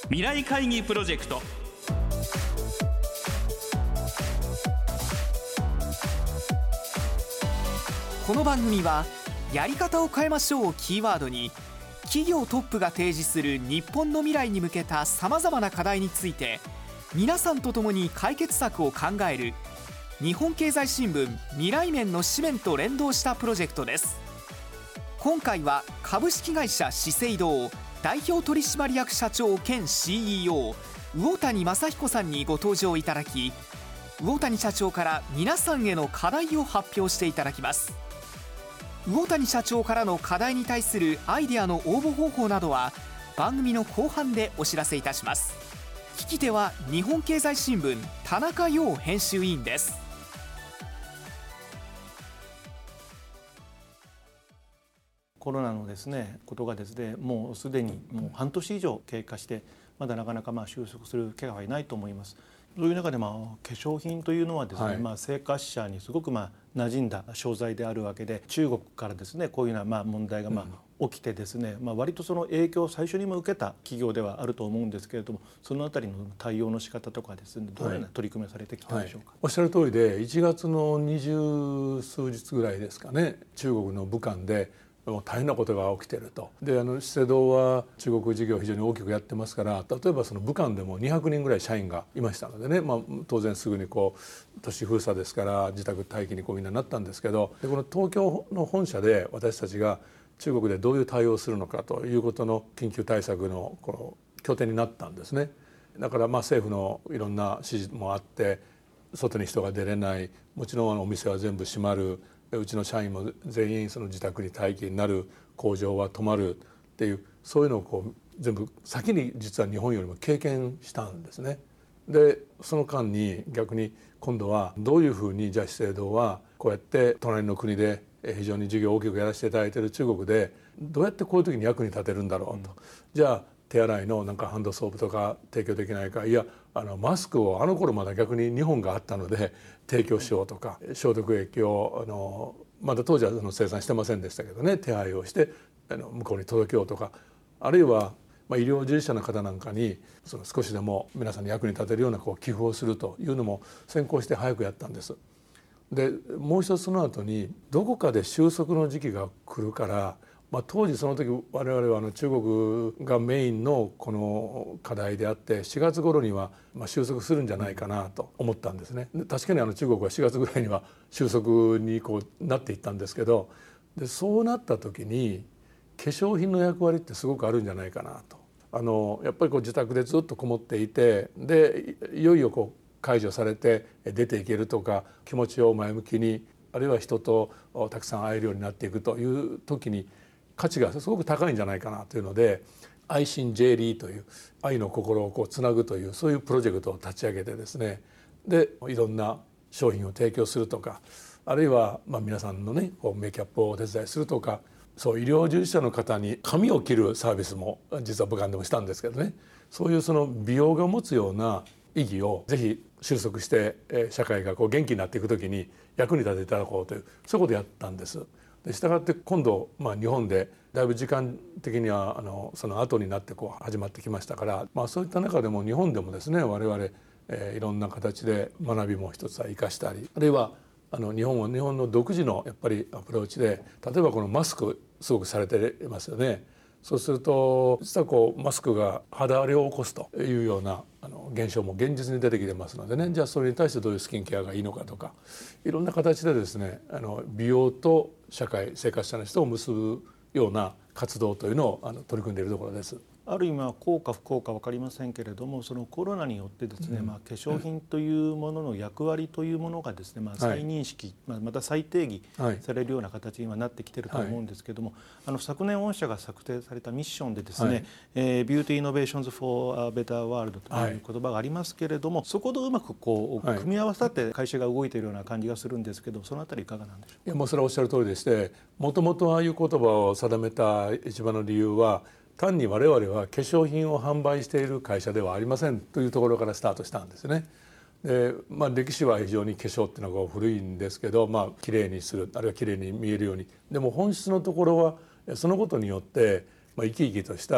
未来会議プロジェクト。 この番組はやり方を変えましょうをキーワードに、企業トップが提示する日本の未来に向けたさまざまな課題について皆さんと共に解決策を考える日本経済新聞未来面の紙面と連動したプロジェクトです。今回は株式会社資生堂代表取締役社長兼 CEO 魚谷正彦さんにご登場いただき、魚谷社長から皆さんへの課題を発表していただきます。魚谷社長からの課題に対するアイデアの応募方法などは番組の後半でお知らせいたします。聞き手は日本経済新聞田中陽編集委員です。 コロナのですねことがですね、もうすでにもう半年以上経過して、まだなかなか収束する気配はないと思います。そういう中で化粧品というのはですね、生活者にすごく馴染んだ商材であるわけで、中国からですねこういうような問題が起きてですね、割とその影響を最初にも受けた企業ではあると思うんですけれども、そのあたりの対応の仕方とかですね、どのような取り組みをされてきたでしょうか。 おっしゃる通りで、1月の20数日ぐらいですかね、中国の武漢でもう大変なことが起きていると。で資生堂は中国事業を非常に大きくやってますから、例えばその武漢でも200人ぐらい社員がいましたのでね、当然すぐに都市封鎖ですから自宅待機にみんななったんですけど、でこの東京の本社で私たちが中国でどういう対応をするのかということの緊急対策の拠点になったんですね。だから政府のいろんな指示もあって、外に人が出れない、もちろんお店は全部閉まる、うちの社員も全員その自宅に待機になる、工場は止まるっていう、そういうのを全部先に実は日本よりも経験したんですね。でその間に逆に今度はどういうふうにじゃあ資生堂はこうやって隣の国で非常に事業を大きくやらせていただいている中国でどうやってこういう時に役に立てるんだろうと、じゃあ手洗いのハンドソープとか提供できないか、いやマスクを頃まだ逆に日本があったので提供しようとか、消毒液をまだ当時は生産してませんでしたけどね、手配をして向こうに届けようとか、あるいは医療従事者の方なんかに少しでも皆さんに役に立てるような寄付をするというのも先行して早くやったんです。でもう一つその後にどこかで収束の時期が来るから、当時その時我々は中国がメインのこの課題であって、4月頃には収束するんじゃないかなと思ったんですね。確かに中国は4月ぐらいには収束になっていったんですけど、でそうなった時に化粧品の役割ってすごくあるんじゃないかなと。やっぱり自宅でずっとこもっていて、でいよいよ解除されて出ていけるとか、気持ちを前向きに、あるいは人とたくさん会えるようになっていくという時に価値がすごく高いんじゃないかなというので、愛心 J リーという愛の心をつなぐという、そういうプロジェクトを立ち上げてですね、でいろんな商品を提供するとか、あるいは皆さんのねメイキャップをお手伝いするとか、そう医療従事者の方に髪を切るサービスも実は武漢でもしたんですけどね、そういう美容が持つような意義をぜひ収束して社会が元気になっていくときに役に立てていただこうという、そういうことをやったんです。でしたがって今度日本でだいぶ時間的にはその後になって始まってきましたから、そういった中でも日本でもですね、我々いろんな形で学びも一つは生かしたり、あるいは日本は日本の独自のやっぱりアプローチで、例えばこのマスクすごくされていますよね。そうすると実はマスクが肌荒れを起こすというような現象も現実に出てきてますのでね、じゃあそれに対してどういうスキンケアがいいのかとか、いろんな形でですね美容と社会生活者の人を結ぶような活動というのを取り組んでいるところです。 ある意味効果不効果分かりませんけれども、そのコロナによってですね、化粧品というものの役割というものがですね、再認識、また再定義されるような形にはなってきていると思うんですけれども、昨年御社が策定されたミッションでですね、ビューティーイノベーションズ・フォー・ベター・ワールドという言葉がありますけれども、そことうまく組み合わさって会社が動いているような感じがするんですけど、そのあたりいかがなんでしょうか。 もうそれはおっしゃる通りでして、もともとああいう言葉を定めた一番の理由は、単に我々は化粧品を販売している会社ではありませんというところからスタートしたんですね。で歴史は非常に化粧っていうのが古いんですけど、きれいにする、あるいはきれいに見えるように、でも本質のところはそのことによって生き生きとした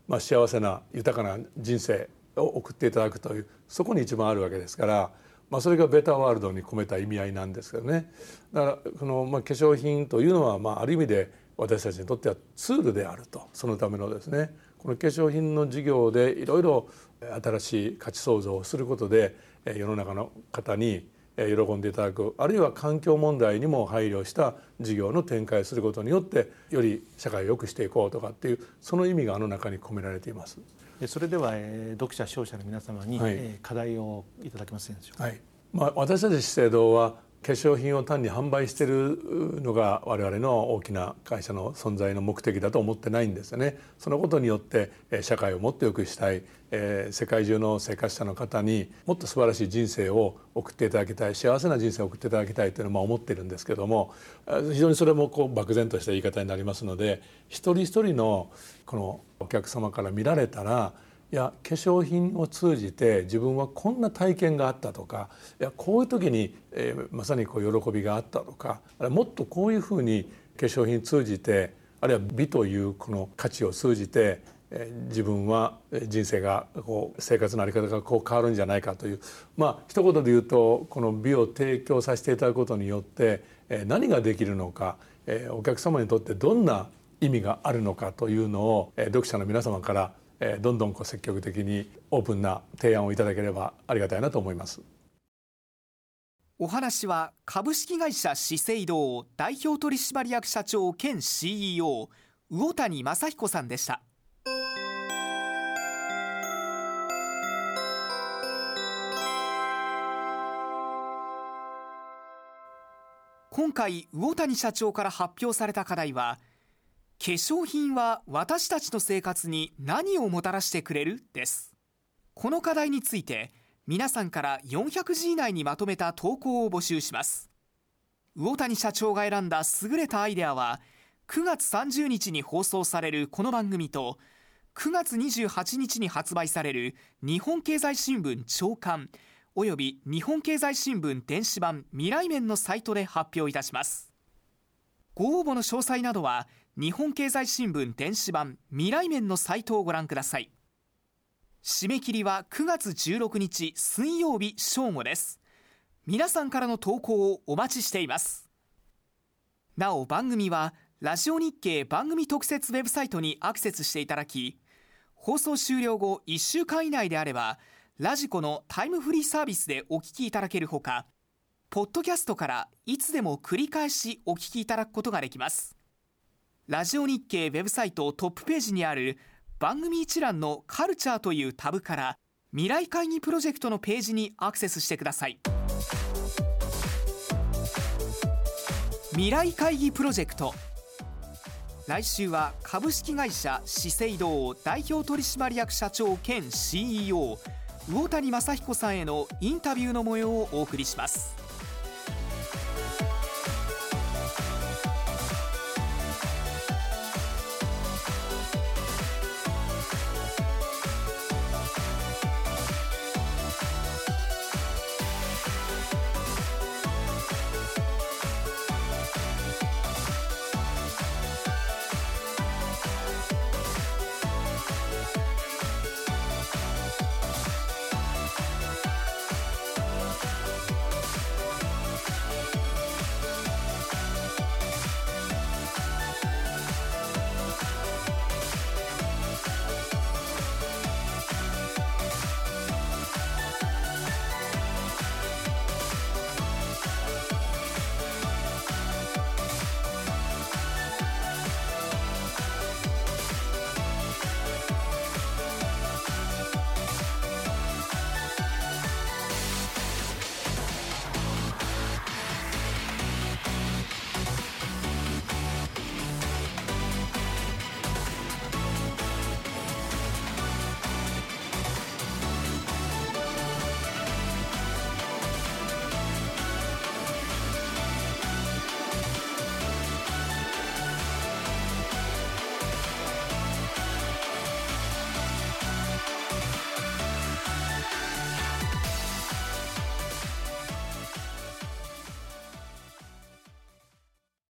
幸せな豊かな人生を送っていただくという、そこに一番あるわけですから、それがベターワールドに込めた意味合いなんですけどね。だからこの化粧品というのはある意味で私たちにとってはツールであると。そのためのですね、この化粧品の事業でいろいろ新しい価値創造をすることで世の中の方に喜んでいただく、あるいは環境問題にも配慮した事業の展開をすることによってより社会を良くしていこうとかっていう、その意味があの中に込められています。 それでは読者視聴者の皆様に課題をいただけますでしょうか。 私たち資生堂は化粧品を単に販売しているのが我々の大きな会社の存在の目的だと思ってないんですよね。そのことによって社会をもっと良くしたい、世界中の生活者の方にもっと素晴らしい人生を送っていただきたい、幸せな人生を送っていただきたいというのを思っているんですけども、非常にそれも漠然とした言い方になりますので、一人一人のこのお客様から見られたら、いや化粧品を通じて自分はこんな体験があったとか、いやこういう時に、まさにこう喜びがあったとか、もっとこういうふうに化粧品通じて、あるいは美というこの価値を通じて、自分は人生が生活の在り方が変わるんじゃないかという、一言で言うとこの美を提供させていただくことによって何ができるのか、お客様にとってどんな意味があるのかというのを読者の皆様からどんどん積極的にオープンな提案をいただければありがたいなと思います。 お話は株式会社資生堂代表取締役社長兼 CEO 魚谷正彦さんでした。今回魚谷社長から発表された課題は、化粧品は私たちの生活に何をもたらしてくれるです。この課題について皆さんから400字以内にまとめた投稿を募集します。魚谷社長が選んだ優れたアイデアは9月30日に放送されるこの番組と9月28日に発売される日本経済新聞朝刊および日本経済新聞電子版未来面のサイトで発表いたします。ご応募の詳細などは日本経済新聞電子版未来面のサイトをご覧ください。締め切りは9月16日水曜日正午です。皆さんからの投稿をお待ちしています。なお番組はラジオ日経番組特設ウェブサイトにアクセスしていただき、放送終了後1週間以内であればラジコのタイムフリーサービスでお聞きいただけるほか、ポッドキャストからいつでも繰り返しお聞きいただくことができます。ラジオ日経ウェブサイトトップページにある番組一覧のカルチャーというタブから未来会議プロジェクトのページにアクセスしてください。未来会議プロジェクト、来週は株式会社資生堂代表取締役社長兼 CEO 魚谷正彦さんへのインタビューの模様をお送りします。